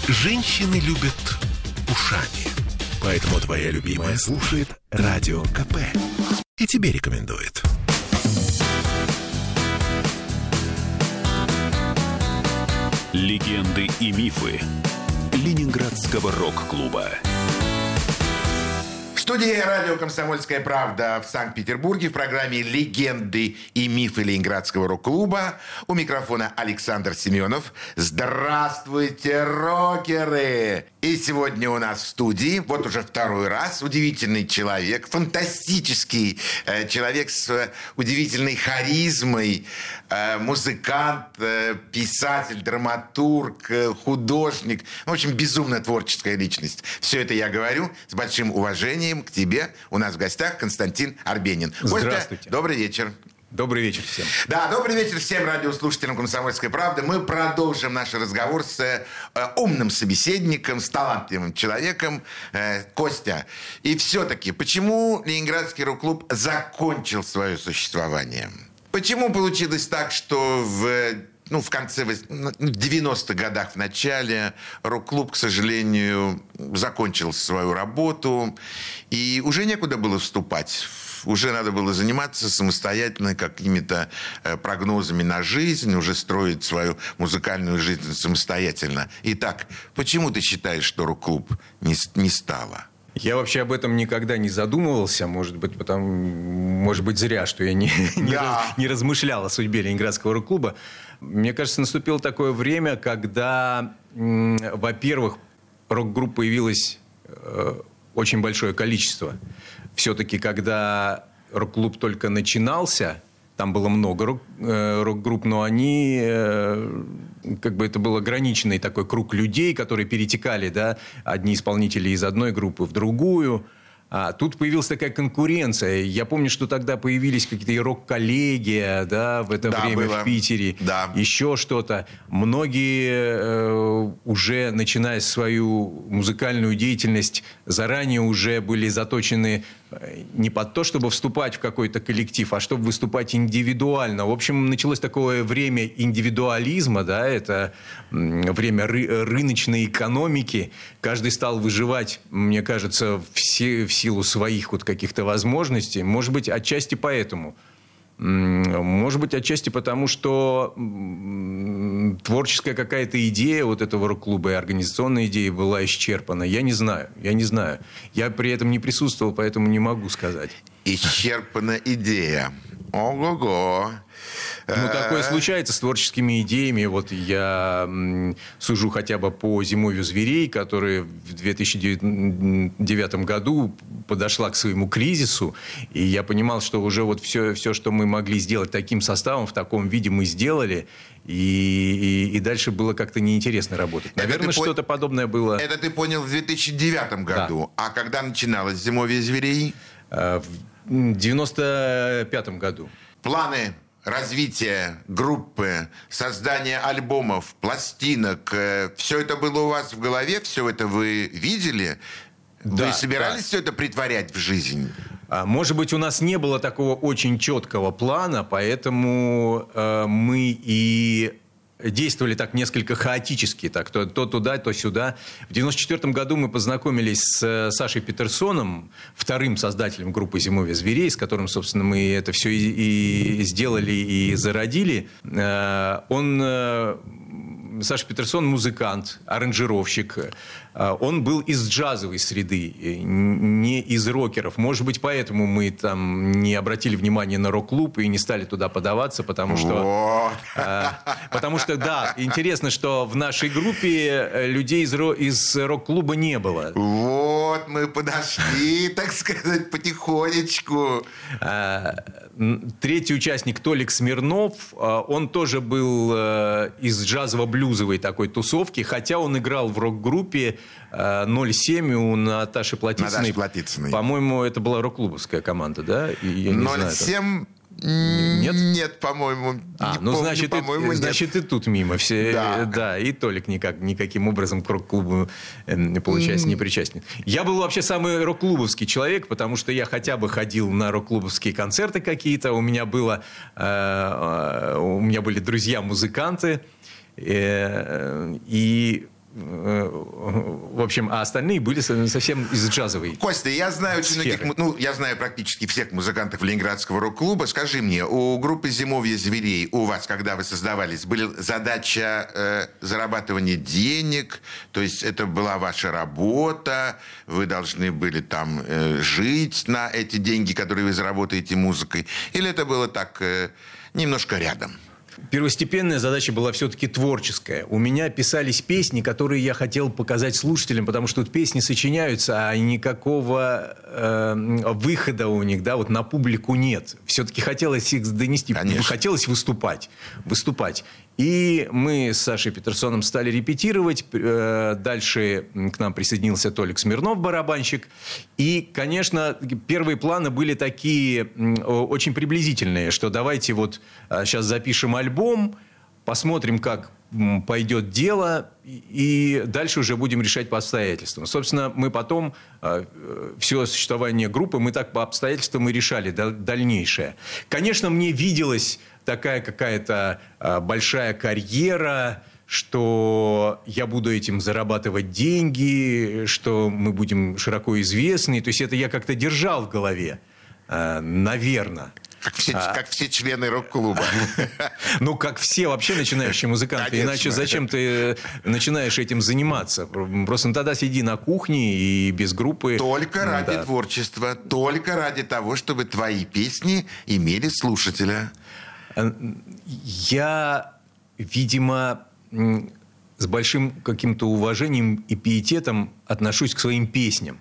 Женщины любят ушами. Поэтому твоя любимая слушает Радио КП. И тебе рекомендует. Легенды и мифы Ленинградского рок-клуба. В студии радио «Комсомольская правда» в Санкт-Петербурге в программе «Легенды и мифы Ленинградского рок-клуба». У микрофона Александр Семенов. Здравствуйте, рокеры! И сегодня у нас в студии, вот уже второй раз, удивительный человек, фантастический человек с удивительной харизмой, музыкант, писатель, драматург, художник. В общем, безумно творческая личность. Все это я говорю с большим уважением к тебе. У нас в гостях Константин Арбенин. Здравствуйте. Добрый вечер. Добрый вечер всем. Да, добрый вечер всем радиослушателям «Комсомольской правды». Мы продолжим наш разговор с умным собеседником, с талантливым человеком Костя. И все-таки, почему Ленинградский рок-клуб закончил свое существование? Почему получилось так, что в конце 90-х годах, в начале, рок-клуб, к сожалению, закончил свою работу, и уже некуда было вступать. Уже надо было заниматься самостоятельно какими-то прогнозами на жизнь, уже строить свою музыкальную жизнь самостоятельно. Итак, почему ты считаешь, что рок-клуб не стало? Я вообще об этом никогда не задумывался, может быть, зря, что я не размышлял о судьбе Ленинградского рок-клуба. Мне кажется, наступило такое время, когда, во-первых, рок-групп появилось очень большое количество. Все-таки, когда рок-клуб только начинался, там было много рок-групп, но они, это был ограниченный такой круг людей, которые перетекали, да, одни исполнители из одной группы в другую. А тут появилась такая конкуренция. Я помню, что тогда появились какие-то рок-коллегия, да, в это время было. В Питере. Да. Еще что-то. Многие уже, начиная свою музыкальную деятельность, заранее уже были заточены не под то, чтобы вступать в какой-то коллектив, а чтобы выступать индивидуально. В общем, началось такое время индивидуализма, да, это время рыночной экономики. Каждый стал выживать, мне кажется, в силу своих вот каких-то возможностей. Может быть, отчасти поэтому. Может быть, отчасти потому, что творческая какая-то идея вот этого рок-клуба и организационная идея была исчерпана. Я не знаю. Я при этом не присутствовал, поэтому не могу сказать. Исчерпана идея. Ого-го. Такое случается с творческими идеями. Вот я сужу хотя бы по «Зимовью зверей», которая в 2009 году подошла к своему кризису. И я понимал, что уже вот все, что мы могли сделать таким составом, в таком виде мы сделали. И дальше было как-то неинтересно работать. Наверное, что-то подобное было. Это ты понял в 2009 году. Да. А когда начиналось «Зимовье зверей»? В 1995 году. Планы развития группы, создание альбомов, пластинок, все это было у вас в голове, все это вы видели? Да, вы собирались все это притворять в жизнь? Может быть, у нас не было такого очень четкого плана, поэтому мы и действовали так несколько хаотически, так, то туда, то сюда. В 1994 году мы познакомились с Сашей Петерсоном, вторым создателем группы «Зимовье зверей», с которым, собственно, мы это все и сделали, и зародили. Саша Петерсон музыкант, аранжировщик. Он был из джазовой среды, не из рокеров. Может быть, поэтому мы там не обратили внимания на рок-клуб и не стали туда подаваться, потому что, да, интересно, что в нашей группе людей из рок-клуба не было. Вот, мы подошли, так сказать, потихонечку. Третий участник, Толик Смирнов, он тоже был из джазово-блюзовой такой тусовки, хотя он играл в рок-группе 0,7 у Наташи Платицыной. По-моему, это была рок-клубовская команда, да? 0,7 Нет, по-моему. Значит, и тут мимо. Все, да, и Толик никаким образом к рок-клубу, получается, не причастен. Я был вообще самый рок-клубовский человек, потому что я хотя бы ходил на рок-клубовские концерты какие-то. У меня были друзья-музыканты. И общем, а остальные были совсем из джазовой. Костя, я знаю очень многих, я знаю практически всех музыкантов Ленинградского рок-клуба. Скажи мне, у группы «Зимовье зверей», у вас, когда вы создавались, была задача зарабатывания денег, то есть это была ваша работа, вы должны были там жить на эти деньги, которые вы заработаете музыкой, или это было так немножко рядом? Первостепенная задача была все-таки творческая. У меня писались песни, которые я хотел показать слушателям, потому что тут песни сочиняются, а никакого выхода у них, да, вот на публику нет. Все-таки хотелось их донести. Конечно. Хотелось выступать. И мы с Сашей Петерсоном стали репетировать. Дальше к нам присоединился Толик Смирнов, барабанщик. И, конечно, первые планы были такие очень приблизительные, что давайте вот сейчас запишем альбом, посмотрим, как пойдет дело, и дальше уже будем решать по обстоятельствам. Собственно, мы потом все существование группы, мы так по обстоятельствам и решали дальнейшее. Конечно, мне виделась такая какая-то большая карьера, что я буду этим зарабатывать деньги, что мы будем широко известны. То есть это я как-то держал в голове, наверное. Как все члены рок-клуба. Ну, как все вообще начинающие музыканты. Конечно. Иначе зачем ты начинаешь этим заниматься? Просто тогда сиди на кухне и без группы. Только ради творчества. Только ради того, чтобы твои песни имели слушателя. Я, видимо, с большим каким-то уважением и пиететом отношусь к своим песням.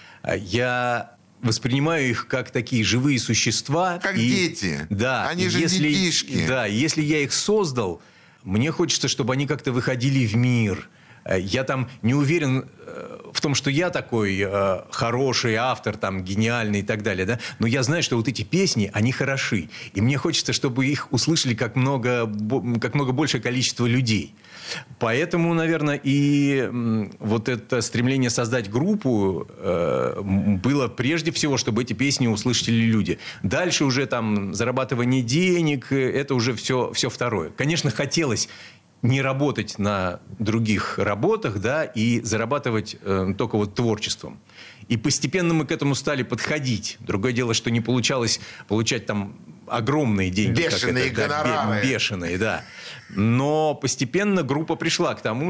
Я воспринимаю их как такие живые существа. Как дети. Да. Они же детишки. Да, если я их создал, мне хочется, чтобы они как-то выходили в мир. Я там не уверен в том, что я такой хороший автор, там, гениальный и так далее, да? Но я знаю, что вот эти песни, они хороши. И мне хочется, чтобы их услышали как много большее количество людей. Поэтому, наверное, и вот это стремление создать группу было прежде всего, чтобы эти песни услышали люди. Дальше уже там зарабатывание денег, это уже все второе. Конечно, хотелось не работать на других работах, да, и зарабатывать только вот творчеством. И постепенно мы к этому стали подходить. Другое дело, что не получалось получать там огромные деньги. Бешеные гонорары. Бешеные, да. Но постепенно группа пришла к тому,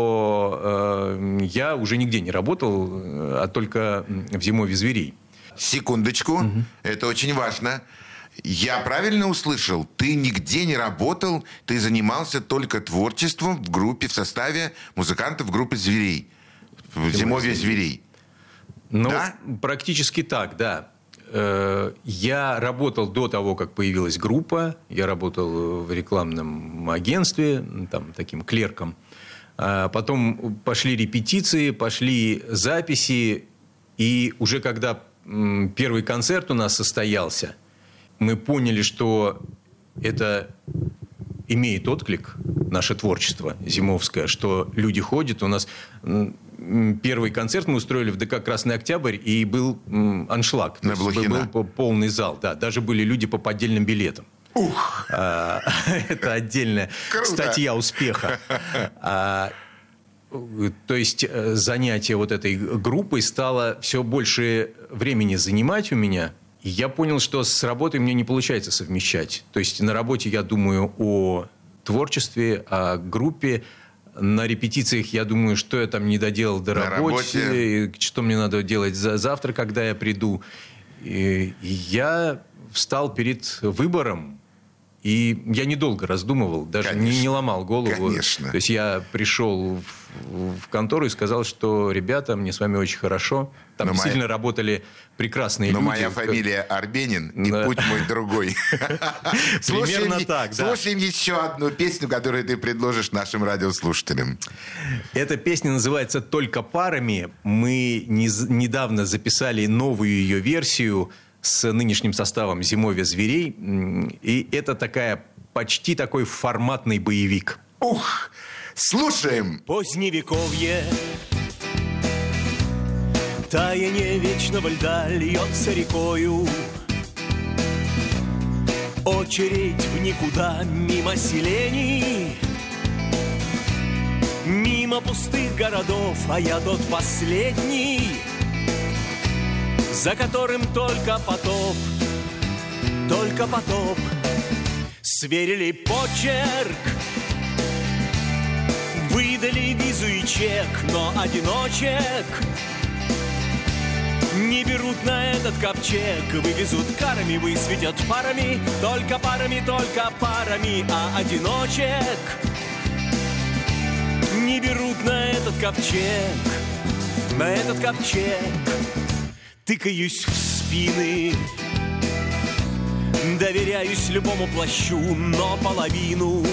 что я уже нигде не работал, а только в «Зимовье зверей». Секундочку, это очень важно. Я правильно услышал? Ты нигде не работал, ты занимался только творчеством в группе, в составе музыкантов группы «Зверей». «Зимовье зверей». Ну, да? Практически так, да. Я работал до того, как появилась группа. Я работал в рекламном агентстве, там, таким клерком. Потом пошли репетиции, пошли записи. И уже когда первый концерт у нас состоялся, мы поняли, что это имеет отклик, наше творчество зимовское, что люди ходят. У нас первый концерт мы устроили в ДК «Красный Октябрь», и был аншлаг. На Блохина. Был полный зал, да. Даже были люди по поддельным билетам. Ух! Это отдельная статья успеха. То есть занятие вот этой группой стало все больше времени занимать у меня. И я понял, что с работой мне не получается совмещать. То есть на работе я думаю о творчестве, о группе. На репетициях я думаю, что я там не доделал до работы, что мне надо делать завтра, когда я приду. И я встал перед выбором. И я недолго раздумывал, даже не ломал голову. Конечно. То есть я пришел в контору и сказал, что, ребята, мне с вами очень хорошо. Там действительно работали прекрасные люди. Но моя фамилия Арбенин, и путь мой другой. Примерно так, да. Слушаем еще одну песню, которую ты предложишь нашим радиослушателям. Эта песня называется «Только парами». Мы недавно записали новую ее версию с нынешним составом «Зимовья зверей». И это почти такой форматный боевик. Ух! Слушаем! Поздневековье, таяние вечного льда льется рекою. Очередь в никуда мимо селений, мимо мимо пустых городов, а я тот последний, за которым только потоп, только потоп. Сверили почерк, выдали визу и чек, но одиночек не берут на этот ковчег. Вывезут карами, высветят парами, только парами, а одиночек не берут на этот ковчег, на этот ковчег. Тыкаюсь в спины, доверяюсь любому плащу, но половину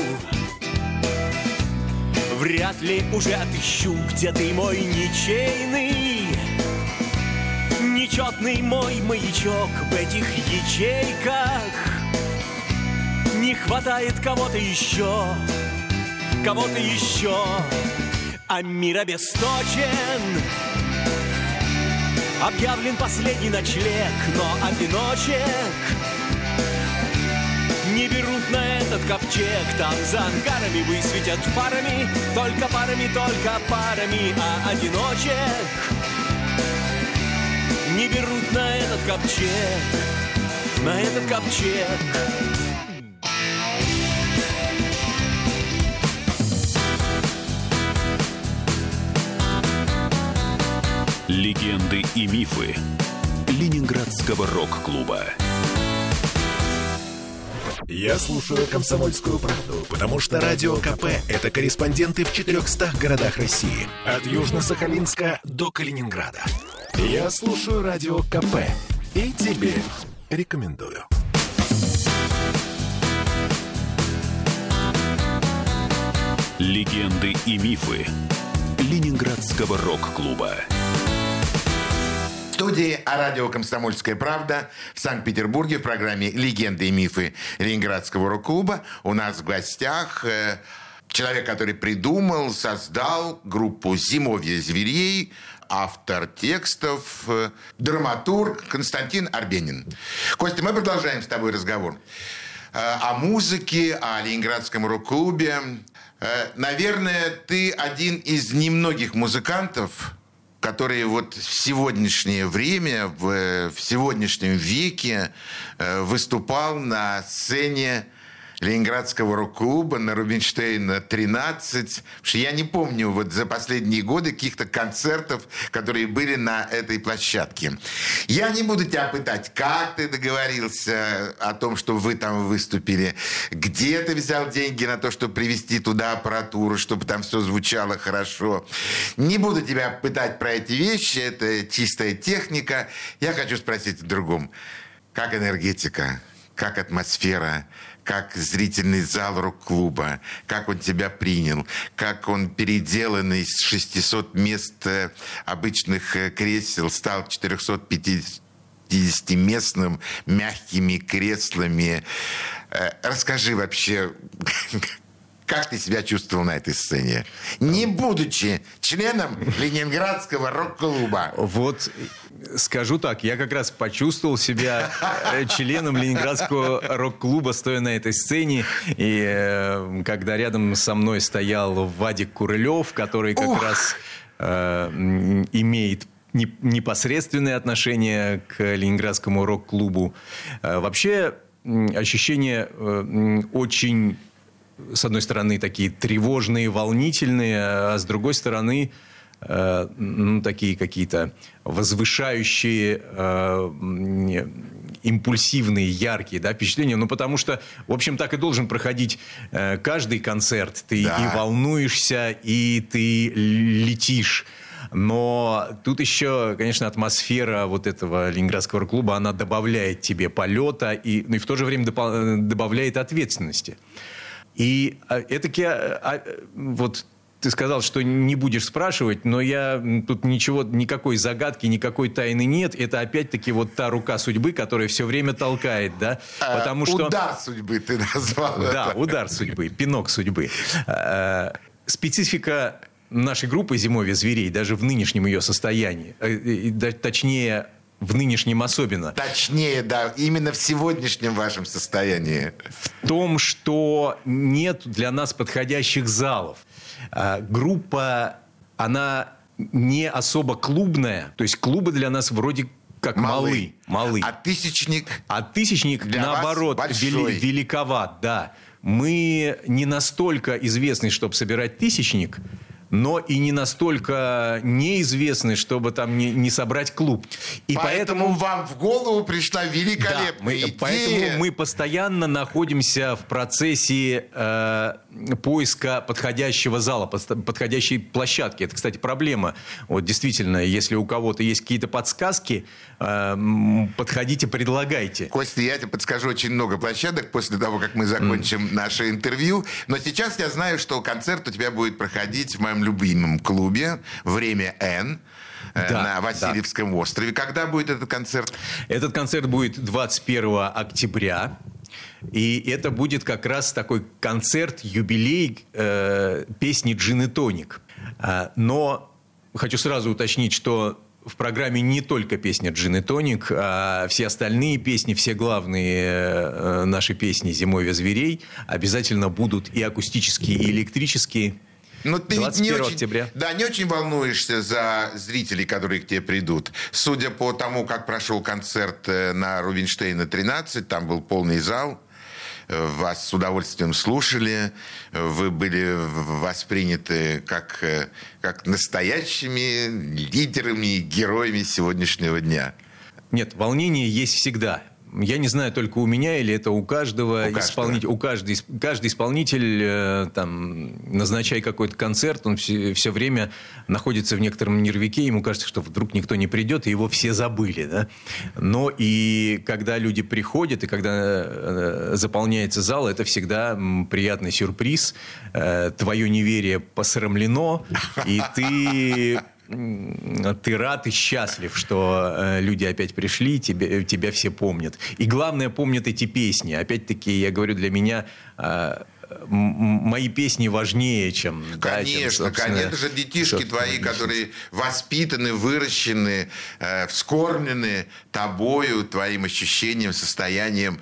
вряд ли уже отыщу. Где ты, мой ничейный, нечетный мой маячок? В этих ячейках не хватает кого-то еще, кого-то еще. А мир обесточен, объявлен последний ночлег, но одиночек не берут на этот ковчег. Там за ангарами высветят фарами, только парами, а одиночек не берут на этот ковчег, на этот ковчег. Легенды и мифы Ленинградского рок-клуба. Я слушаю «Комсомольскую правду», потому что Радио КП – это корреспонденты в 400 городах России. От Южно-Сахалинска до Калининграда. Я слушаю Радио КП и тебе рекомендую. Легенды и мифы Ленинградского рок-клуба. В студии радио «Комсомольская правда» в Санкт-Петербурге в программе «Легенды и мифы Ленинградского рок-клуба» у нас в гостях человек, который придумал, создал группу «Зимовье зверей», автор текстов, драматург Константин Арбенин. Костя, мы продолжаем с тобой разговор о музыке, о Ленинградском рок-клубе. Наверное, ты один из немногих музыкантов, который вот в сегодняшнее время, в сегодняшнем веке выступал на сцене Ленинградского рок-клуба на Рубинштейна 13. Потому что я не помню вот за последние годы каких-то концертов, которые были на этой площадке. Я не буду тебя пытать, как ты договорился о том, что вы там выступили, где ты взял деньги на то, чтобы привезти туда аппаратуру, чтобы там все звучало хорошо. Не буду тебя пытать про эти вещи, это чистая техника. Я хочу спросить о другом. Как энергетика, как атмосфера, как зрительный зал рок-клуба, как он тебя принял, как он, переделанный с 600 мест обычных кресел, стал 450-местным, мягкими креслами. Расскажи вообще, как ты себя чувствовал на этой сцене, не будучи членом Ленинградского рок-клуба? Вот скажу так, я как раз почувствовал себя членом Ленинградского рок-клуба, стоя на этой сцене. И когда рядом со мной стоял Вадик Курылев, который как раз имеет непосредственное отношение к Ленинградскому рок-клубу. Вообще ощущения очень, с одной стороны, такие тревожные, волнительные, а с другой стороны, такие какие-то возвышающие, импульсивные, яркие, да, впечатления. Ну, потому что, в общем, так и должен проходить каждый концерт. Ты и волнуешься, и ты летишь. Но тут еще, конечно, атмосфера вот этого Ленинградского рок-клуба, она добавляет тебе полета и в то же время добавляет ответственности. И это вот ты сказал, что не будешь спрашивать, но тут никакой загадки, никакой тайны нет. Это опять-таки вот та рука судьбы, которая все время толкает, да? Потому что... Удар судьбы ты назвал. Да, удар судьбы, пинок судьбы. Специфика нашей группы «Зимовье зверей», даже в нынешнем ее состоянии, точнее, в нынешнем особенно. Точнее, да, именно в сегодняшнем вашем состоянии. В том, что нет для нас подходящих залов. Группа, она не особо клубная. То есть клубы для нас вроде как малы. А тысячник? А тысячник, для наоборот, вас большой. великоват, да. Мы не настолько известны, чтобы собирать тысячник, но и не настолько неизвестны, чтобы там не собрать клуб. И поэтому вам в голову пришла великолепная идея. Поэтому мы постоянно находимся в процессе поиска подходящего зала, подходящей площадки. Это, кстати, проблема. Вот действительно, если у кого-то есть какие-то подсказки, подходите, предлагайте. Костя, я тебе подскажу очень много площадок после того, как мы закончим наше интервью. Но сейчас я знаю, что концерт у тебя будет проходить в моем любимом клубе «Время Н». На Васильевском острове. Когда будет этот концерт? Этот концерт будет 21 октября. И это будет как раз такой концерт-юбилей песни «Джин и тоник». Но хочу сразу уточнить, что в программе не только песня «Джин и тоник», а все остальные песни, все главные наши песни «Зимовья зверей» обязательно будут и акустические, и электрические. Но ты 21 октября. Да, не очень волнуешься за зрителей, которые к тебе придут. Судя по тому, как прошел концерт на Рубинштейна 13, там был полный зал. Вас с удовольствием слушали. Вы были восприняты как настоящими лидерами и героями сегодняшнего дня. Нет, волнение есть всегда. Я не знаю, только у меня или это у каждого исполнителя. Каждый исполнитель, там, назначая какой-то концерт, он все время находится в некотором нервике, ему кажется, что вдруг никто не придет, и его все забыли. Да? Но и когда люди приходят, и когда заполняется зал, это всегда приятный сюрприз. Твое неверие посрамлено, и ты рад и счастлив, что люди опять пришли, тебя все помнят. И главное, помнят эти песни. Опять-таки, я говорю, для меня мои песни важнее, чем... Конечно, конечно же, детишки твои, которые воспитаны, выращены, вскормлены тобою, твоим ощущением, состоянием,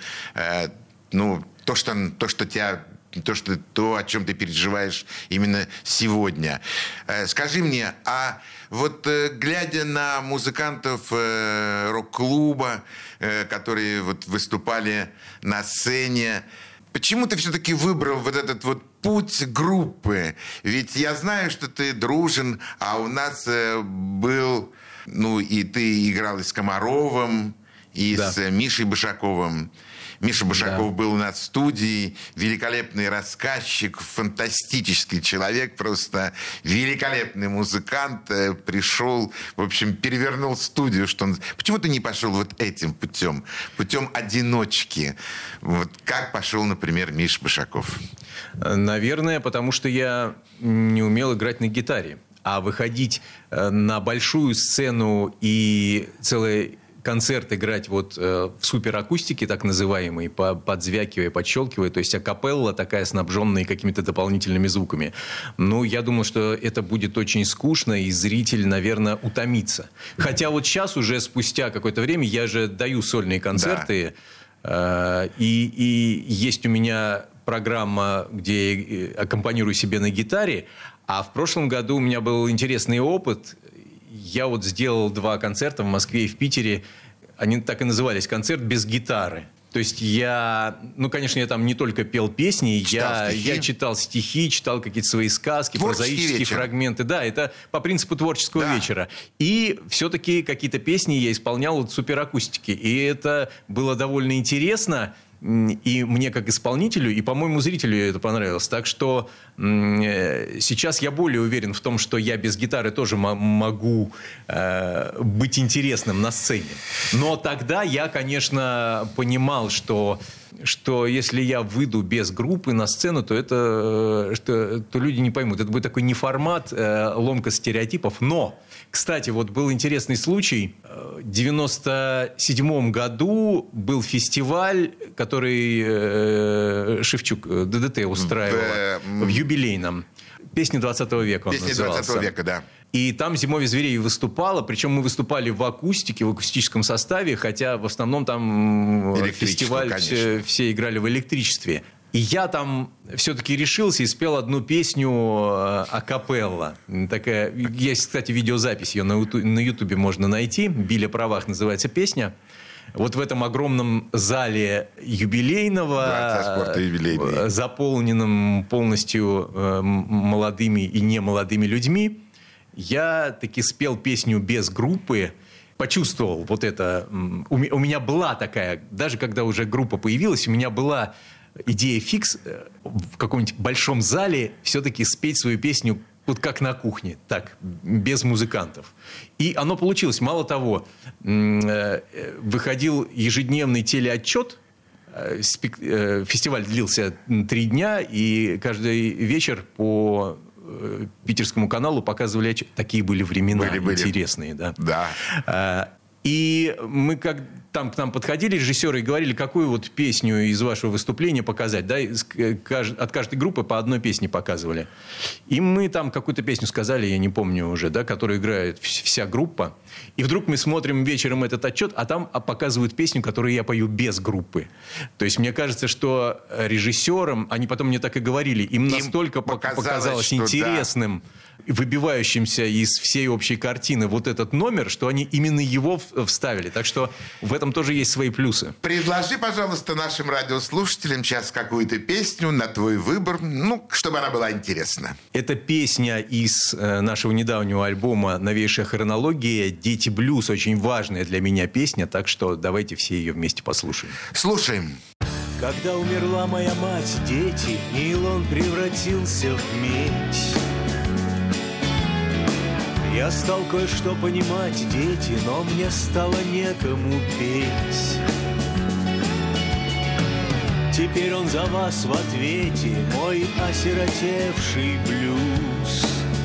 то, о чем ты переживаешь именно сегодня. Скажи мне, вот глядя на музыкантов рок-клуба, которые вот выступали на сцене, почему ты все-таки выбрал вот этот вот путь группы? Ведь я знаю, что ты дружен, а у нас был... и ты играл и с Комаровым, и с Мишей Башаковым. Миша Башаков был у нас в студии, великолепный рассказчик, фантастический человек, просто великолепный музыкант, пришел, в общем, перевернул студию. Почему ты не пошел вот этим путем одиночки? Вот как пошел, например, Миша Башаков? Наверное, потому что я не умел играть на гитаре. А выходить на большую сцену и целый концерт играть вот в суперакустике, так называемой, подзвякивая, подщелкивая, то есть акапелла такая, снабженная какими-то дополнительными звуками. Я думал, что это будет очень скучно, и зритель, наверное, утомится. Хотя вот сейчас уже, спустя какое-то время, я же даю сольные концерты, и есть у меня программа, где я аккомпанирую себе на гитаре, а в прошлом году у меня был интересный опыт. Я вот сделал 2 концерта в Москве и в Питере. Они так и назывались «Концерт без гитары». То есть конечно, я там не только пел песни, я читал стихи, читал какие-то свои сказки, прозаические фрагменты. Да, это по принципу творческого вечера. И все-таки какие-то песни я исполнял вот в суперакустике. И это было довольно интересно. И мне как исполнителю, и, по-моему, зрителю это понравилось. Так что сейчас я более уверен в том, что я без гитары тоже могу быть интересным на сцене. Но тогда я, конечно, понимал, что если я выйду без группы на сцену, то люди не поймут. Это будет такой неформат, ломка стереотипов. Но, кстати, вот был интересный случай. В 1997 году был фестиваль, который Шевчук, ДДТ, устраивала в юбилейном. «Песни 20 века» он назывался. «Песни 20 века», да. И там «Зимовье зверей» выступало, причем мы выступали в акустике, в акустическом составе, хотя в основном там фестиваль все играли в электричестве. И я там все-таки решился и спел одну песню акапелла. Такая, есть, кстати, видеозапись, ее на Ютубе можно найти. «Билли правах» называется песня. Вот в этом огромном зале юбилейного, заполненном полностью молодыми и немолодыми людьми, я таки спел песню без группы, почувствовал вот это. У меня была такая, даже когда уже группа появилась, у меня была идея фикс в каком-нибудь большом зале все-таки спеть свою песню вот как на кухне, так, без музыкантов. И оно получилось. Мало того, выходил ежедневный телеотчет. Фестиваль длился 3 дня, и каждый вечер по питерскому каналу показывали отчет. Такие были времена интересные. Да. И мы там к нам подходили режиссеры и говорили, какую вот песню из вашего выступления показать. Да? От каждой группы по одной песне показывали. И мы там какую-то песню сказали, я не помню уже, да, которую играет вся группа. И вдруг мы смотрим вечером этот отчет, а там показывают песню, которую я пою без группы. То есть мне кажется, что режиссерам, они потом мне так и говорили, им настолько показалось интересным, выбивающимся из всей общей картины вот этот номер, что они именно его вставили. Так что в этом тоже есть свои плюсы. Предложи, пожалуйста, нашим радиослушателям сейчас какую-то песню на твой выбор, чтобы она была интересна. Это песня из нашего недавнего альбома «Новейшая хронология». «Дети блюз». Очень важная для меня песня, так что давайте все ее вместе послушаем. Слушаем. Когда умерла моя мать, дети, нейлон превратился в медь. Я стал кое-что понимать, дети, но мне стало некому петь. Теперь он за вас в ответе, мой осиротевший блюз.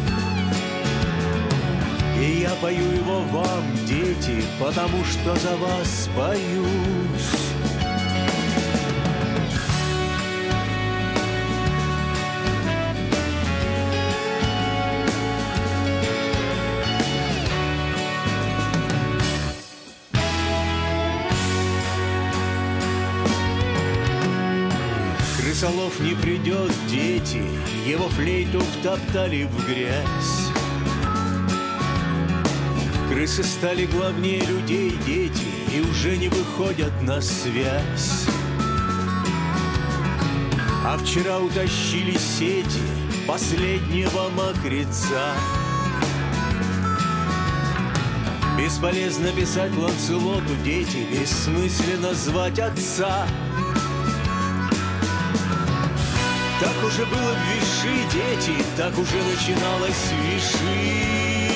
И я пою его вам, дети, потому что за вас боюсь. Крысолов не придет, дети, его флейту втоптали в грязь. Крысы стали главнее людей, дети, и уже не выходят на связь. А вчера утащили сети последнего мокреца. Бесполезно писать Ланселоту, дети, бессмысленно звать отца. Так уже было в Виши, дети, так уже начиналось в Виши.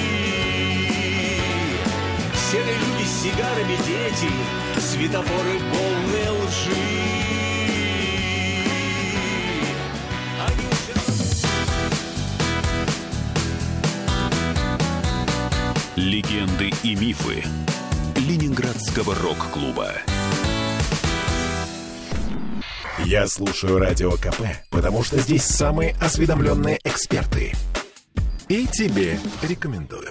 Серые люди с сигарами, дети, светофоры полные лжи. Легенды и мифы Ленинградского рок-клуба. Я слушаю Радио КП, потому что здесь самые осведомленные эксперты. И тебе рекомендую.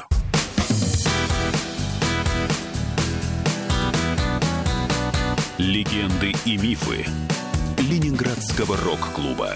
Легенды и мифы Ленинградского рок-клуба.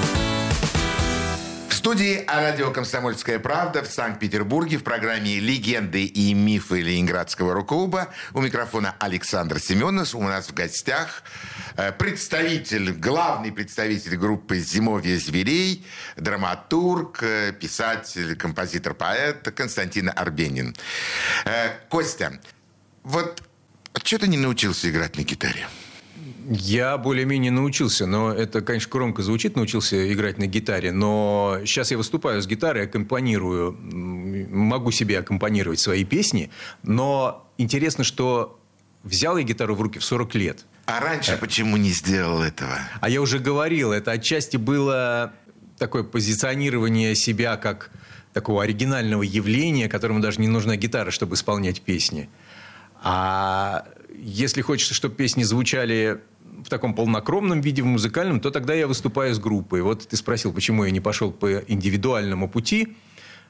В студии радио «Комсомольская правда» в Санкт-Петербурге в программе «Легенды и мифы Ленинградского рок-клуба». У микрофона Александр Семенов. У нас в гостях главный представитель группы «Зимовье зверей», драматург, писатель, композитор, поэт Константин Арбенин. Костя, вот что ты не научился играть на гитаре? Я более-менее научился, но это, конечно, громко звучит, научился играть на гитаре, но сейчас я выступаю с гитарой, аккомпанирую, могу себе аккомпанировать свои песни, но интересно, что взял я гитару в руки в 40 лет. А раньше почему не сделал этого? А я уже говорил, это отчасти было такое позиционирование себя как такого оригинального явления, которому даже не нужна гитара, чтобы исполнять песни. А если хочется, чтобы песни звучали в таком полнокровном виде, в музыкальном, то тогда я выступаю с группой. Вот ты спросил, почему я не пошел по индивидуальному пути.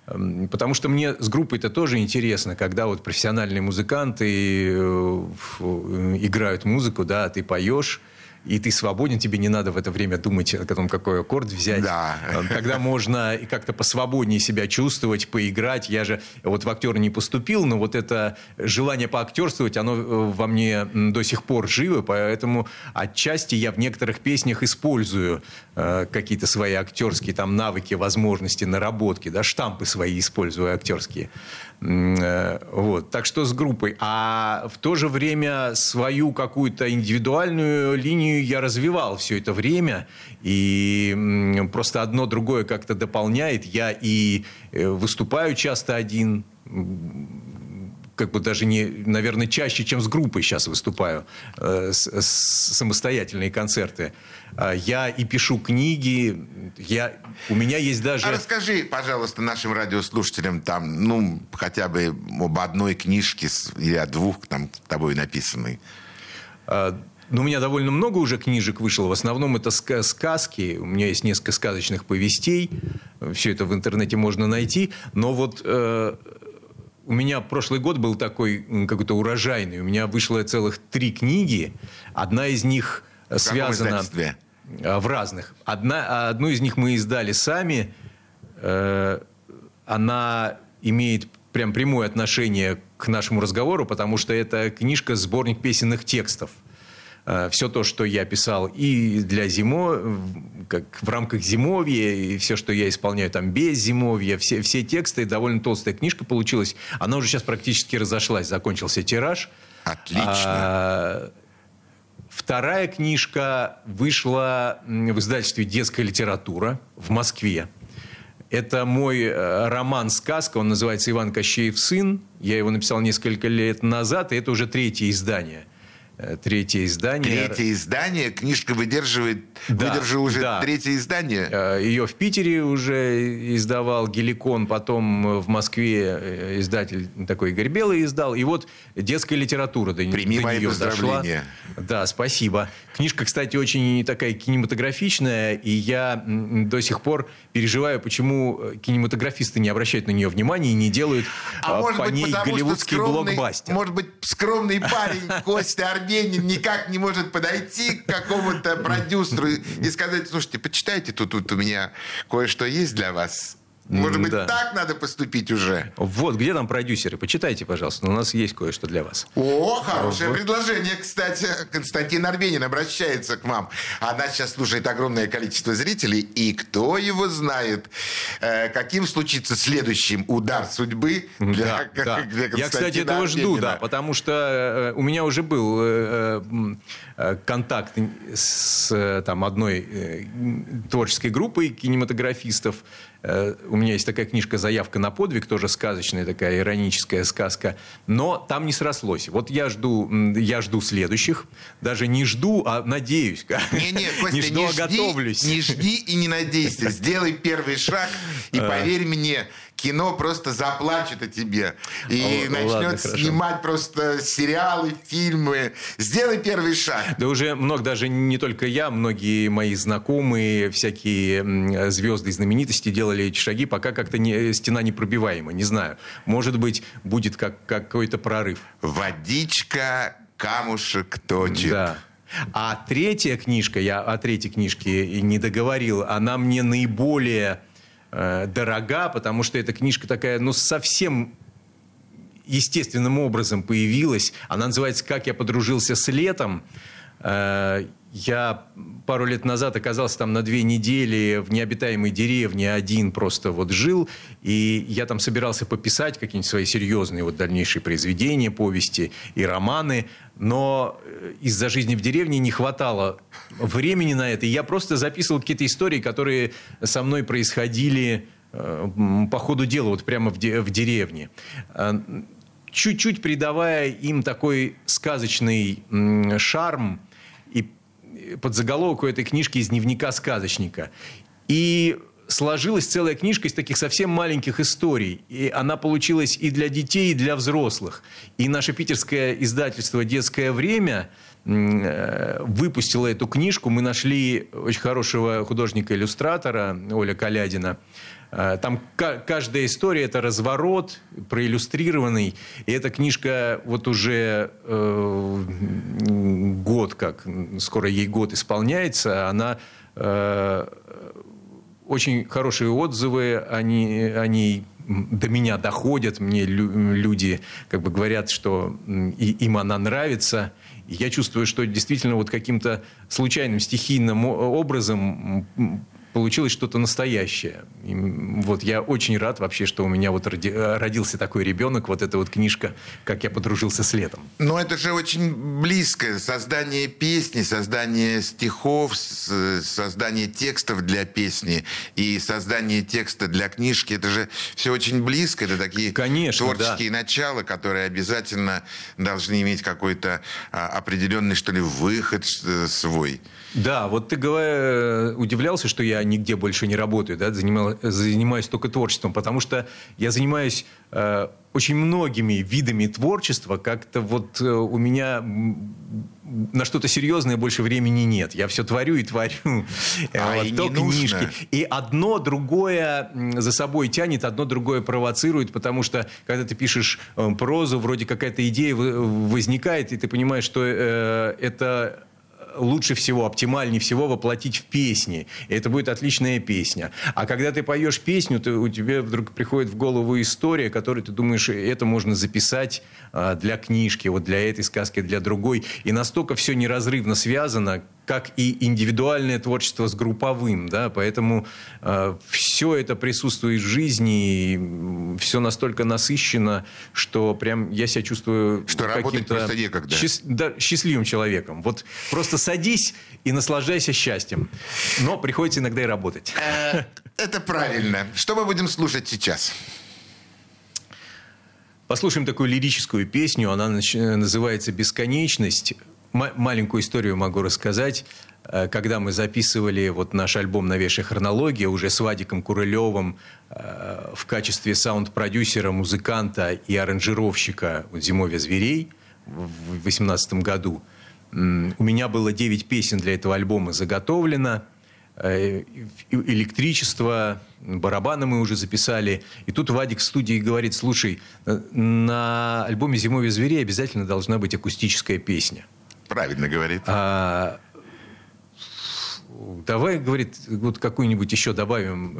Потому что мне с группой-то тоже интересно, когда вот профессиональные музыканты играют музыку, да, ты поешь, и ты свободен, тебе не надо в это время думать о том, какой аккорд взять. Да. Тогда можно как-то посвободнее себя чувствовать, поиграть. Я же вот в актера не поступил, но вот это желание поактерствовать, оно во мне до сих пор живо, поэтому отчасти я в некоторых песнях использую какие-то свои актерские там навыки, возможности, наработки, да, штампы свои использую актерские. Вот. Так что с группой. А в то же время свою какую-то индивидуальную линию я развивал все это время. И просто одно другое как-то дополняет. Я и выступаю часто один, как бы даже не, наверное, чаще, чем с группой сейчас выступаю, самостоятельные концерты. Я и пишу книги, у меня есть даже... А расскажи, пожалуйста, нашим радиослушателям там, хотя бы об одной книжке или о двух там тобой написанной. У меня довольно много уже книжек вышло. В основном это сказки. У меня есть несколько сказочных повестей. Все это в интернете можно найти. Но вот... У меня прошлый год был такой какой-то урожайный. У меня вышло целых 3 книги. Одна из них связана... В разных. Одну из них мы издали сами. Она имеет прям прямое отношение к нашему разговору, потому что это книжка-сборник песенных текстов. Все то, что я писал и для как в рамках зимовья, и все, что я исполняю там без зимовья, все тексты, довольно толстая книжка получилась. Она уже сейчас практически разошлась, закончился тираж. Отлично. Вторая книжка вышла в издательстве «Детская литература» в Москве. Это мой роман-сказка, он называется «Иван Кощеев сын». Я его написал несколько лет назад, и это уже 3-е издание. Третье издание. Книжка выдержала уже 3-е издание. Ее в Питере уже издавал Геликон, потом в Москве издатель такой Игорь Белый издал. И вот детская литература до нее дошла. Да, спасибо. Книжка, кстати, очень такая кинематографичная, и я до сих пор переживаю, почему кинематографисты не обращают на нее внимания и не делают по ней голливудский блокбастер. Может быть, скромный парень Костя Арбенин никак не может подойти к какому-то продюсеру и сказать: слушайте, почитайте, тут у меня кое-что есть для вас. Может быть, так надо поступить уже? Вот, где там продюсеры? Почитайте, пожалуйста. У нас есть кое-что для вас. О, хорошее предложение, кстати. Константин Арбенин обращается к вам. А нас сейчас слушает огромное количество зрителей. И кто его знает, каким случится следующим удар судьбы для Константина. Я, кстати, этого жду, потому что у меня уже был контакт с одной творческой группой кинематографистов. У меня есть такая книжка «Заявка на подвиг», тоже сказочная такая ироническая сказка, но там не срослось. Вот я жду следующих, даже не жду, а надеюсь. Костя, не жду, а готовлюсь. Не жди и не надейся. Сделай первый шаг, и поверь мне, кино просто заплачет о тебе. И начнет снимать просто сериалы, фильмы. Сделай первый шаг. Да уже даже не только я, многие мои знакомые, всякие звезды и знаменитости делали эти шаги, пока как-то стена непробиваема. Не знаю. Может быть, будет какой-то прорыв. Водичка, камушек точит. Да. А третья книжка, я о третьей книжке не договорил, она мне наиболее дорога, потому что эта книжка такая, совсем естественным образом появилась. Она называется «Как я подружился с летом». Я пару лет назад оказался там на 2 недели в необитаемой деревне, один просто жил, и я там собирался пописать какие-нибудь свои серьезные дальнейшие произведения, повести и романы, но из-за жизни в деревне не хватало времени на это, и я просто записывал какие-то истории, которые со мной происходили по ходу дела, прямо в деревне. Чуть-чуть придавая им такой сказочный шарм, и подзаголовок у этой книжки «Из дневника сказочника». И сложилась целая книжка из таких совсем маленьких историй. И она получилась и для детей, и для взрослых. И наше питерское издательство «Детское время» выпустило эту книжку. Мы нашли очень хорошего художника-иллюстратора Оля Колядина. Там каждая история – это разворот, проиллюстрированный. И эта книжка вот уже год, как скоро ей год исполняется, она очень хорошие отзывы, они до меня доходят, мне люди как бы говорят, что им она нравится. И я чувствую, что действительно вот каким-то случайным, стихийным образом получилось что-то настоящее. И вот я очень рад вообще, что у меня вот родился такой ребенок, вот эта вот книжка «Как я подружился с летом». Но это же очень близко. Создание песни, создание стихов, создание текстов для песни и создание текста для книжки. Это же все очень близко. Это такие творческие начала, которые обязательно должны иметь какой-то определенный, что ли, выход свой. Да, вот ты удивлялся, что я нигде больше не работаю, да, занимаюсь только творчеством, потому что я занимаюсь очень многими видами творчества, как-то вот у меня на что-то серьезное больше времени нет. Я все творю и творю. То книжки. И одно другое за собой тянет, одно другое провоцирует, потому что, когда ты пишешь прозу, вроде какая-то идея возникает, и ты понимаешь, что это лучше всего, оптимальнее всего воплотить в песни. И это будет отличная песня. А когда ты поешь песню, у тебя вдруг приходит в голову история, которую ты думаешь, это можно записать для книжки, вот для этой сказки, для другой. И настолько все неразрывно связано, как и индивидуальное творчество с групповым. Да? Поэтому все это присутствует в жизни, и все настолько насыщенно, что прям я себя чувствую каким-то счастливым человеком. Вот просто садись и наслаждайся счастьем. Но приходится иногда и работать. Это правильно. Что мы будем слушать сейчас? Послушаем такую лирическую песню. Она называется «Бесконечность». Маленькую историю могу рассказать. Когда мы записывали вот наш альбом «Новейшая хронология» уже с Вадиком Курылевым в качестве саунд-продюсера, музыканта и аранжировщика «Зимовья зверей» в 2018 году, у меня было 9 песен для этого альбома заготовлено. Электричество, барабаны мы уже записали. И тут Вадик в студии говорит: слушай, на альбоме «Зимовья зверей» обязательно должна быть акустическая песня. Правильно говорит. Давай, говорит, вот какую-нибудь еще добавим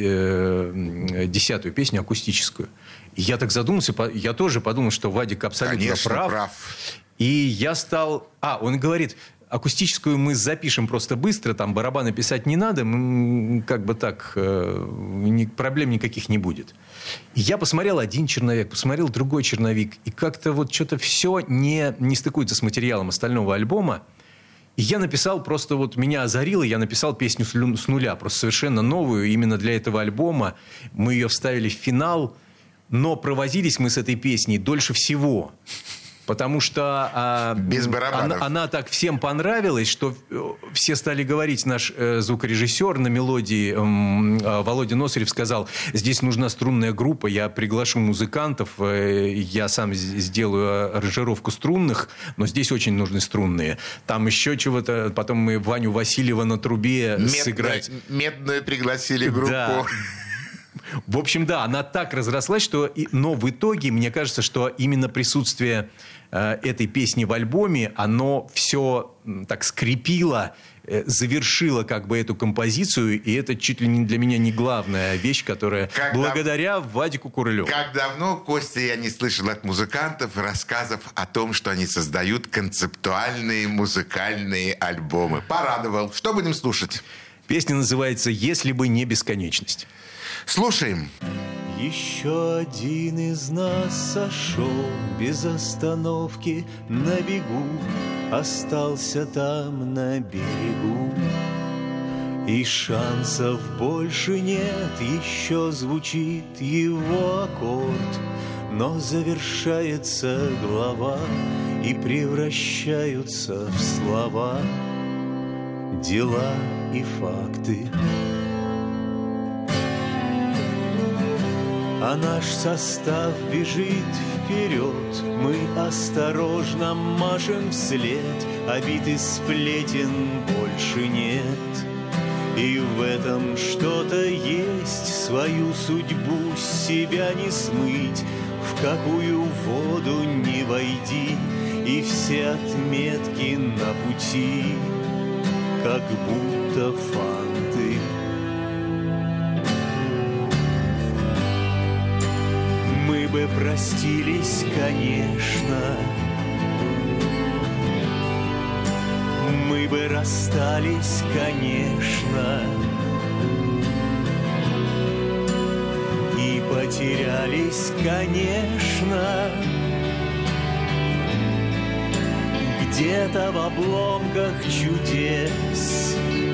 10-ю песню акустическую. И я так задумался, я тоже подумал, что Вадик абсолютно прав. И я стал... он говорит, акустическую мы запишем просто быстро, там барабаны писать не надо, как бы так, проблем никаких не будет. И я посмотрел один черновик, посмотрел другой черновик, и как-то вот что-то все не стыкуется с материалом остального альбома. И я написал, просто вот меня озарило, я написал песню с нуля, просто совершенно новую, именно для этого альбома. Мы ее вставили в финал, но провозились мы с этой песней дольше всего. Потому что она так всем понравилась, что все стали говорить. Наш звукорежиссер на мелодии Володя Носарев сказал: здесь нужна струнная группа, я приглашу музыкантов, я сам сделаю аранжировку струнных, но здесь очень нужны струнные. Там еще чего-то. Потом мы Ваню Васильева на трубе сыграть. Медную пригласили группу. Да. В общем, да, она так разрослась, но в итоге, мне кажется, что именно присутствие этой песни в альбоме, оно все так скрепило, завершило как бы эту композицию, и это чуть ли не для меня не главная вещь, которая благодаря Вадику Курылеву. Как давно, Костя, я не слышал от музыкантов рассказов о том, что они создают концептуальные музыкальные альбомы. Порадовал. Что будем слушать? Песня называется «Если бы не бесконечность». Слушаем. Еще один из нас сошел без остановки на бегу, остался там на берегу. И шансов больше нет, еще звучит его аккорд, но завершается глава, и превращаются в слова дела и факты. А наш состав бежит вперед, мы осторожно машем вслед, обид и сплетен больше нет. И в этом что-то есть, свою судьбу с себя не смыть, в какую воду не войди, и все отметки на пути, как будто фанты. Мы бы простились, конечно, мы бы расстались, конечно, и потерялись, конечно, где-то в обломках чудес.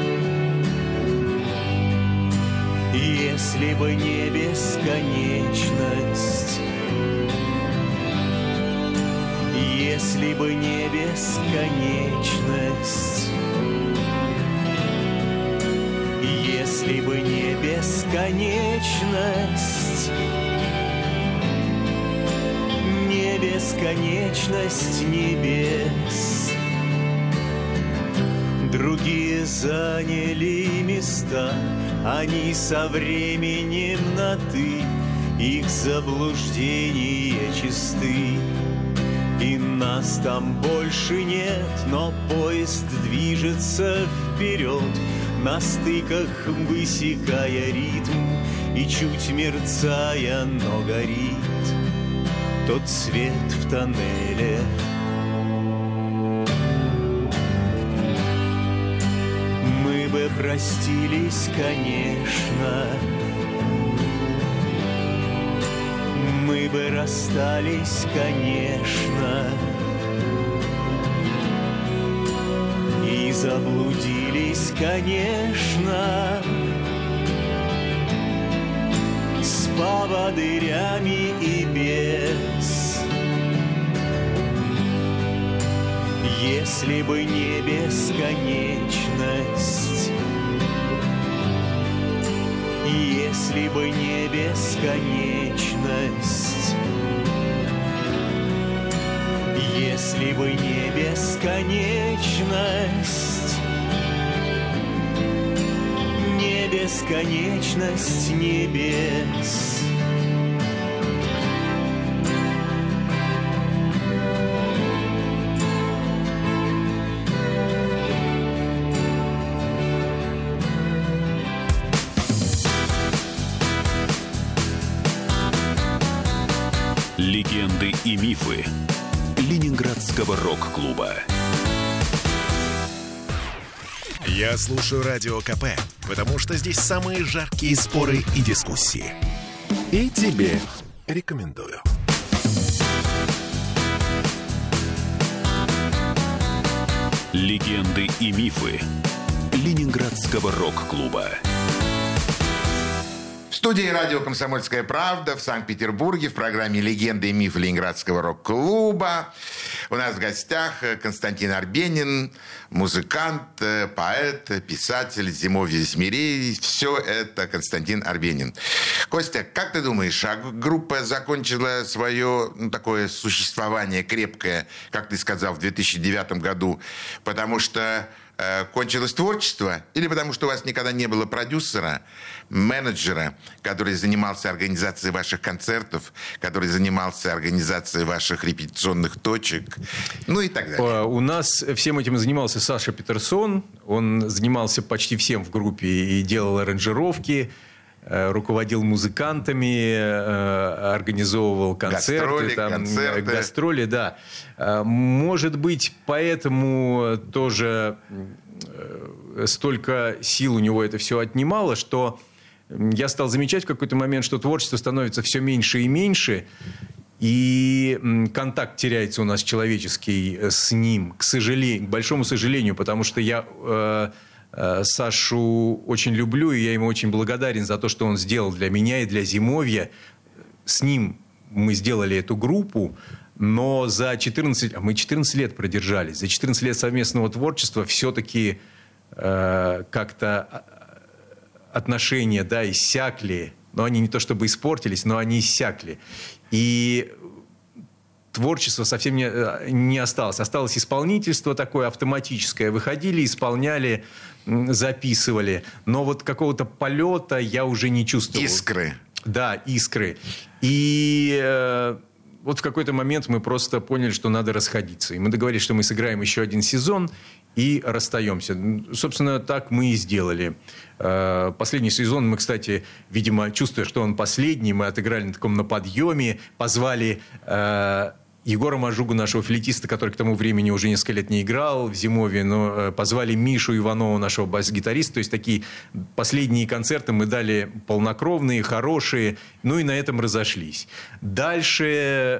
Если бы не бесконечность, если бы не бесконечность, если бы не бесконечность, не бесконечность небес. Другие заняли места, они со временем на «ты», их заблуждения чисты. И нас там больше нет, но поезд движется вперед, на стыках высекая ритм и чуть мерцая, но горит тот свет в тоннеле. Мы бы простились, конечно, мы бы расстались, конечно, и заблудились, конечно, с поводырями и без. Если бы не бесконечность, если бы не бесконечность, если бы не бесконечность, не бесконечность небес. Легенды и мифы Ленинградского рок-клуба. Я слушаю Радио КП, потому что здесь самые жаркие споры и дискуссии. И тебе рекомендую. Легенды и мифы Ленинградского рок-клуба. В студии радио «Комсомольская правда» в Санкт-Петербурге в программе «Легенды и мифы Ленинградского рок-клуба». У нас в гостях Константин Арбенин, музыкант, поэт, писатель, «Зимовье змеей». Все это Константин Арбенин. Костя, как ты думаешь, а группа закончила свое такое существование крепкое, как ты сказал, в 2009 году, потому что кончилось творчество, или потому что у вас никогда не было продюсера, менеджера, который занимался организацией ваших концертов, который занимался организацией ваших репетиционных точек, ну и так далее? У нас всем этим занимался Саша Петерсон. Он занимался почти всем в группе и делал аранжировки, руководил музыкантами, организовывал концерты. Гастроли, да. Может быть, поэтому тоже столько сил у него это все отнимало, что я стал замечать в какой-то момент, что творчество становится все меньше и меньше, и контакт теряется у нас человеческий с ним, к большому сожалению, потому что я Сашу очень люблю, и я ему очень благодарен за то, что он сделал для меня и для Зимовья. С ним мы сделали эту группу, но мы 14 лет продержались. За 14 лет совместного творчества все-таки как-то отношения, да, иссякли. Но они не то чтобы испортились, но они иссякли. И творчества совсем не осталось. Осталось исполнительство такое автоматическое. Выходили, исполняли, записывали. Но вот какого-то полета я уже не чувствовал. Искры. Да, искры. И вот в какой-то момент мы просто поняли, что надо расходиться. И мы договорились, что мы сыграем еще один сезон и расстаемся. Собственно, так мы и сделали. Последний сезон мы, кстати, видимо, чувствуя, что он последний, мы отыграли на подъеме, позвали Егора Мажугу, нашего флейтиста, который к тому времени уже несколько лет не играл в Зимовье, но позвали Мишу Иванова, нашего бас-гитариста. То есть такие последние концерты мы дали полнокровные, хорошие, ну и на этом разошлись. Дальше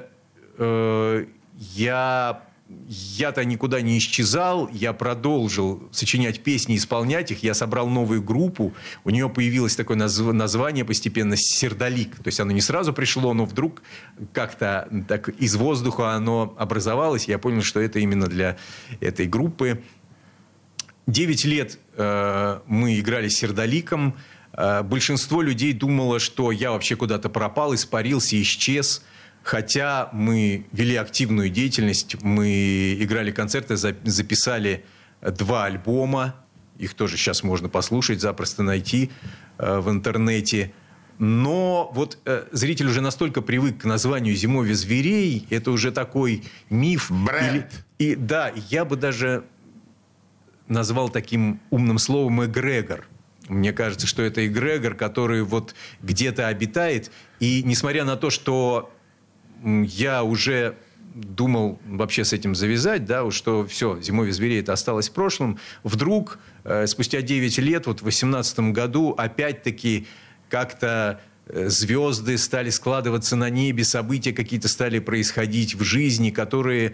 я-то никуда не исчезал, я продолжил сочинять песни, исполнять их, я собрал новую группу, у нее появилось такое название постепенно «Сердолик», то есть оно не сразу пришло, но вдруг как-то так из воздуха оно образовалось, я понял, что это именно для этой группы. 9 лет мы играли с «Сердоликом», большинство людей думало, что я вообще куда-то пропал, испарился, исчез. Хотя мы вели активную деятельность, мы играли концерты, записали 2 альбома. Их тоже сейчас можно послушать, запросто найти в интернете. Но вот зритель уже настолько привык к названию «Зимовье зверей», это уже такой миф. Бренд. Да, я бы даже назвал таким умным словом эгрегор. Мне кажется, что это эгрегор, который вот где-то обитает. И несмотря на то, что я уже думал вообще с этим завязать, да, что все, «Зимовье зверей» это осталось в прошлом. Вдруг, спустя 9 лет, вот в 2018 году, опять-таки как-то звезды стали складываться на небе, события какие-то стали происходить в жизни, которые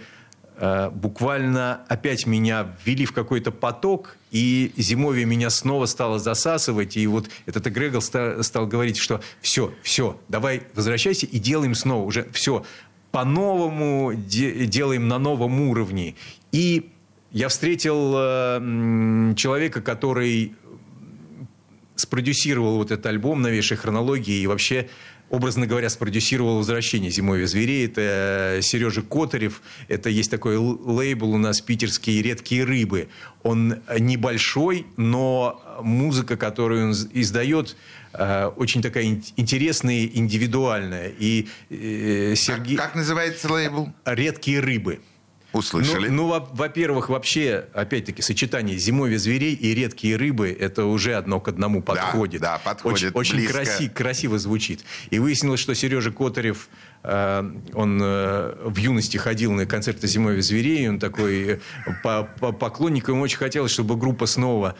буквально опять меня ввели в какой-то поток, и «Зимовье» меня снова стало засасывать, и вот этот эгрегор стал говорить, что все, давай возвращайся и делаем снова, уже все по-новому делаем на новом уровне. И я встретил человека, который спродюсировал вот этот альбом «Новейшей хронологии» и вообще, образно говоря, спродюсировал возвращение «Зимовья зверей». Это Сережа Котарев. Это есть такой лейбл у нас питерский «Редкие рыбы». Он небольшой, но музыка, которую он издает, очень такая интересная, индивидуальная. И Сергей... Как называется лейбл? «Редкие рыбы». Услышали. Во-первых, вообще, опять-таки, сочетание «Зимовье зверей» и «Редкие рыбы» — это уже одно к одному подходит. Да, подходит. Очень красиво звучит. И выяснилось, что Сережа Котарев, он в юности ходил на концерты «Зимовья зверей», он такой поклонник, ему очень хотелось, чтобы группа снова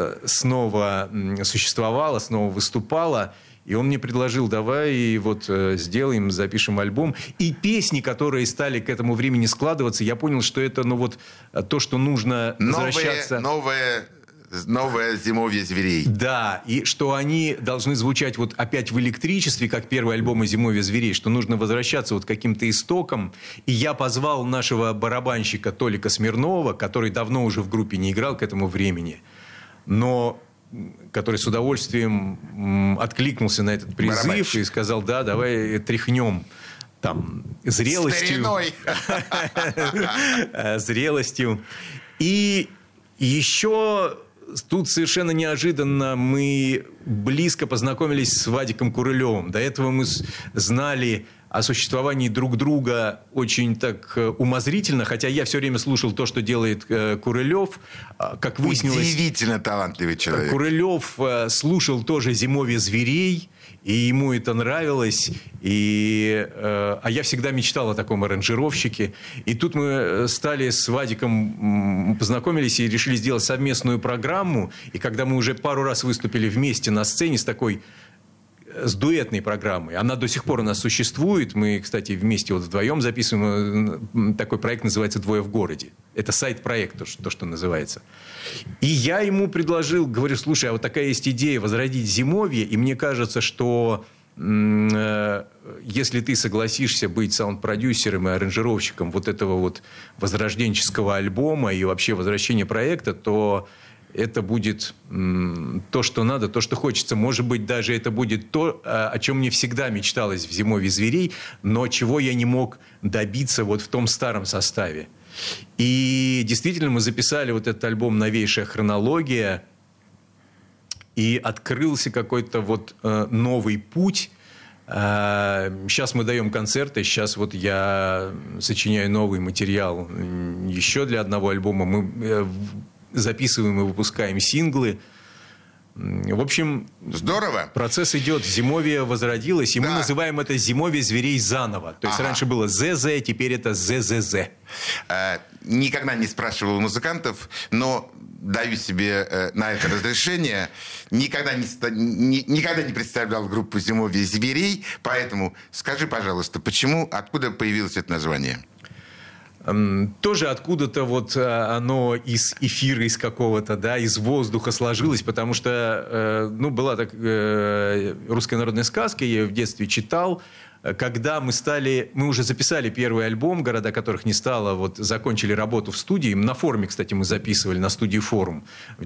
существовала, снова выступала. И он мне предложил, давай вот сделаем, запишем альбом. И песни, которые стали к этому времени складываться, я понял, что это то, что нужно возвращаться. Новое «Зимовье зверей». Да, и что они должны звучать вот опять в электричестве, как первый альбом «Зимовье зверей», что нужно возвращаться вот к каким-то истокам. И я позвал нашего барабанщика Толика Смирнова, который давно уже в группе не играл к этому времени, но который с удовольствием откликнулся на этот призыв и сказал, да, давай тряхнем там зрелостью. Зрелостью. И еще тут совершенно неожиданно мы близко познакомились с Вадиком Курылевым. До этого мы знали о существовании друг друга очень так умозрительно, хотя я все время слушал то, что делает Курылев. Как выяснилось, удивительно талантливый человек. Курылев слушал тоже «Зимовье зверей», и ему это нравилось. А я всегда мечтал о таком аранжировщике. И тут мы стали с Вадиком, познакомились и решили сделать совместную программу. И когда мы уже пару раз выступили вместе на сцене с дуэтной программой. Она до сих пор у нас существует. Мы, кстати, вместе вот вдвоем записываем. Такой проект называется «Двое в городе». Это сайт-проект, то, что называется. И я ему предложил, говорю, слушай, а вот такая есть идея возродить «Зимовье», и мне кажется, что если ты согласишься быть саунд-продюсером и аранжировщиком вот этого вот возрожденческого альбома и вообще возвращения проекта, то это будет то, что надо, то, что хочется. Может быть, даже это будет то, о чем мне всегда мечталось в «Зимовье зверей», но чего я не мог добиться вот в том старом составе. И действительно мы записали вот этот альбом «Новейшая хронология», и открылся какой-то вот новый путь. Сейчас мы даем концерты, сейчас вот я сочиняю новый материал еще для одного альбома. Мы записываем и выпускаем синглы. В общем, здорово. Процесс идет. «Зимовье» возродилось, и мы называем это «Зимовье зверей» заново. То есть раньше было «ЗЗ», теперь это «ЗЗЗ». Никогда не спрашивал музыкантов, но даю себе на это разрешение. Никогда не представлял группу «Зимовье зверей», поэтому скажи, пожалуйста, откуда появилось это название? Тоже откуда-то вот оно из эфира, из какого-то, да, из воздуха сложилось, потому что, была русская народная сказка, я ее в детстве читал. Когда мы уже записали первый альбом «Города, которых не стало», вот закончили работу в студии, на форуме, кстати, мы записывали, на студии «Форум» в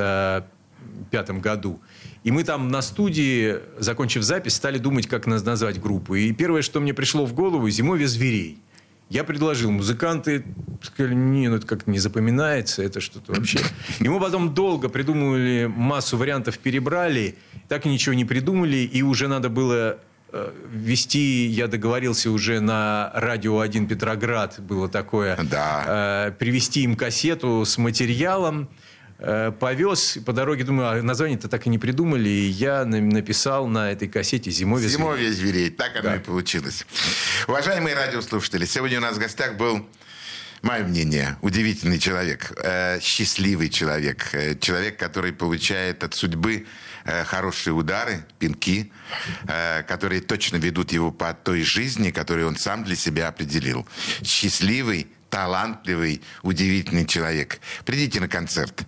95-м году. И мы там на студии, закончив запись, стали думать, как назвать группу. И первое, что мне пришло в голову – «Зимовье зверей». Я предложил, музыканты сказали, это как-то не запоминается, это что-то вообще. И мы потом долго придумывали, массу вариантов перебрали, так и ничего не придумали, и уже надо было вести, я договорился уже на «Радио 1 Петроград», было такое, привезти им кассету с материалом, повез, по дороге думаю, название-то так и не придумали, и я написал на этой кассете «Зимовье зверей». «Зимовье зверей», так оно и получилось. Уважаемые радиослушатели, сегодня у нас в гостях был, мое мнение, удивительный человек, счастливый человек, человек, который получает от судьбы хорошие удары, пинки, которые точно ведут его по той жизни, которую он сам для себя определил. Счастливый, талантливый, удивительный человек. Придите на концерт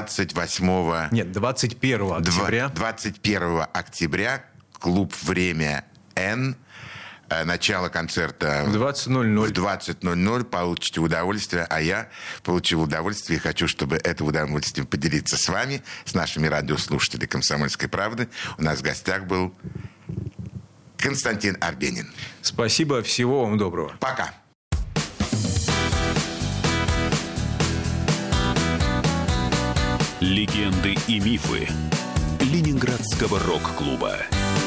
21 октября. 21 октября. Клуб «Время Н». Начало концерта в 20:00. В 20:00 получите удовольствие, а я получил удовольствие и хочу, чтобы это удовольствие поделиться с вами, с нашими радиослушателями «Комсомольской правды». У нас в гостях был Константин Арбенин. Спасибо, всего вам доброго. Пока. Легенды и мифы Ленинградского рок-клуба.